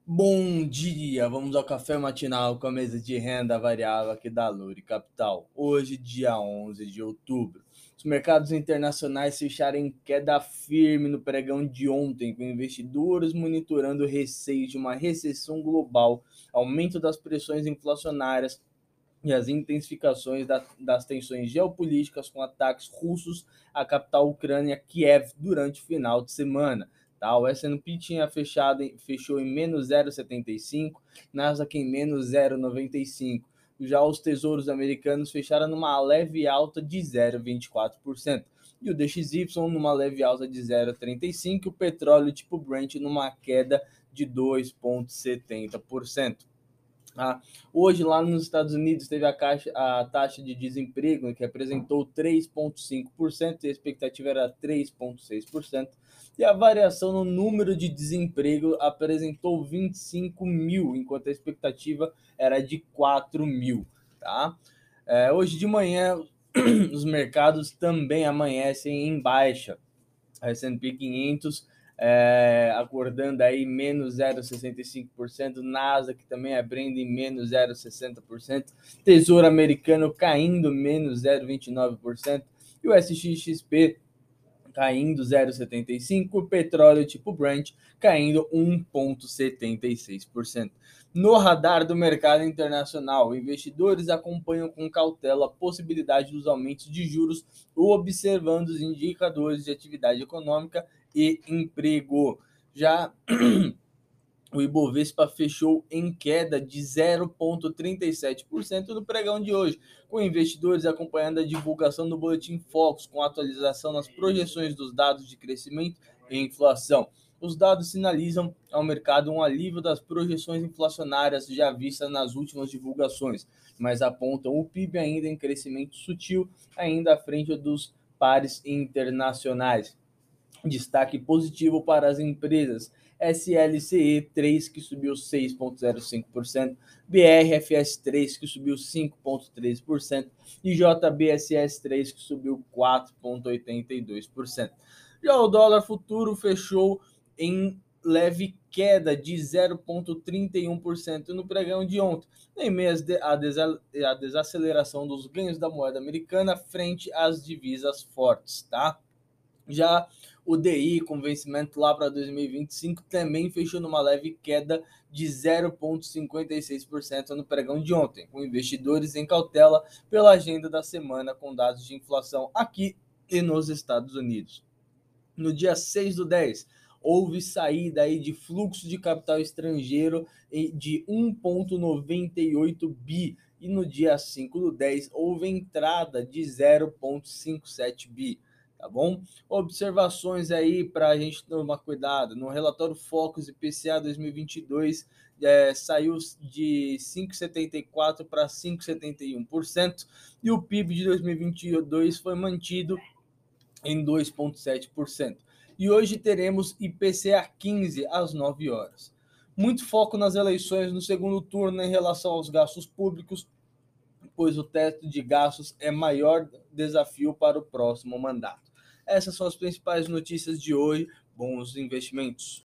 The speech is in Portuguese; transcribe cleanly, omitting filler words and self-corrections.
Bom dia, vamos ao café matinal com a mesa de renda variável aqui da Luri Capital. Hoje, dia 11 de outubro. Os mercados internacionais fecharam em queda firme no pregão de ontem, com investidores monitorando receios de uma recessão global, aumento das pressões inflacionárias e as intensificações das tensões geopolíticas com ataques russos à capital ucrânia Kiev durante o final de semana. Tá? O S&P fechou em menos 0,75, Nasdaq em menos 0,95. Já os tesouros americanos fecharam numa leve alta de 0,24%. E o DXY numa leve alta de 0,35%, e o petróleo tipo Brent numa queda de 2,70%. Ah, hoje, lá nos Estados Unidos, teve a taxa de desemprego, que apresentou 3,5%, e a expectativa era 3,6%, e a variação no número de desemprego apresentou 25 mil, enquanto a expectativa era de 4 mil. Tá? Hoje de manhã, os mercados também amanhecem em baixa. A S&P 500 acordando aí menos 0,65%, Nasdaq também abrindo em menos 0,60%, Tesouro Americano caindo menos 0,29% e o SXXP caindo 0,75%, o petróleo tipo Brent caindo 1,76%. No radar do mercado internacional, investidores acompanham com cautela a possibilidade dos aumentos de juros, observando os indicadores de atividade econômica e emprego. Já o Ibovespa fechou em queda de 0,37% no pregão de hoje, com investidores acompanhando a divulgação do Boletim Focus, com atualização nas projeções dos dados de crescimento e inflação. Os dados sinalizam ao mercado um alívio das projeções inflacionárias já vistas nas últimas divulgações, mas apontam o PIB ainda em crescimento sutil, ainda à frente dos pares internacionais. Destaque positivo para as empresas SLCE 3, que subiu 6,05%, BRFS 3, que subiu 5,13%, e JBSS 3, que subiu 4,82%. Já o dólar futuro fechou em leve queda de 0,31% no pregão de ontem, em meio à desaceleração dos ganhos da moeda americana frente às divisas fortes, tá? Já o DI com vencimento lá para 2025 também fechou numa leve queda de 0,56% no pregão de ontem, com investidores em cautela pela agenda da semana com dados de inflação aqui e nos Estados Unidos. No dia 6/10, houve saída aí de fluxo de capital estrangeiro de 1,98 bi, e no dia 5/10 houve entrada de 0,57 bi. Tá bom? Observações aí para a gente tomar cuidado. No relatório Focus IPCA 2022, saiu de 5,74% para 5,71%, e o PIB de 2022 foi mantido em 2,7%. E hoje teremos IPCA 15 às 9 horas. Muito foco nas eleições no segundo turno em relação aos gastos públicos, pois o teto de gastos é maior desafio para o próximo mandato. Essas são as principais notícias de hoje. Bons investimentos.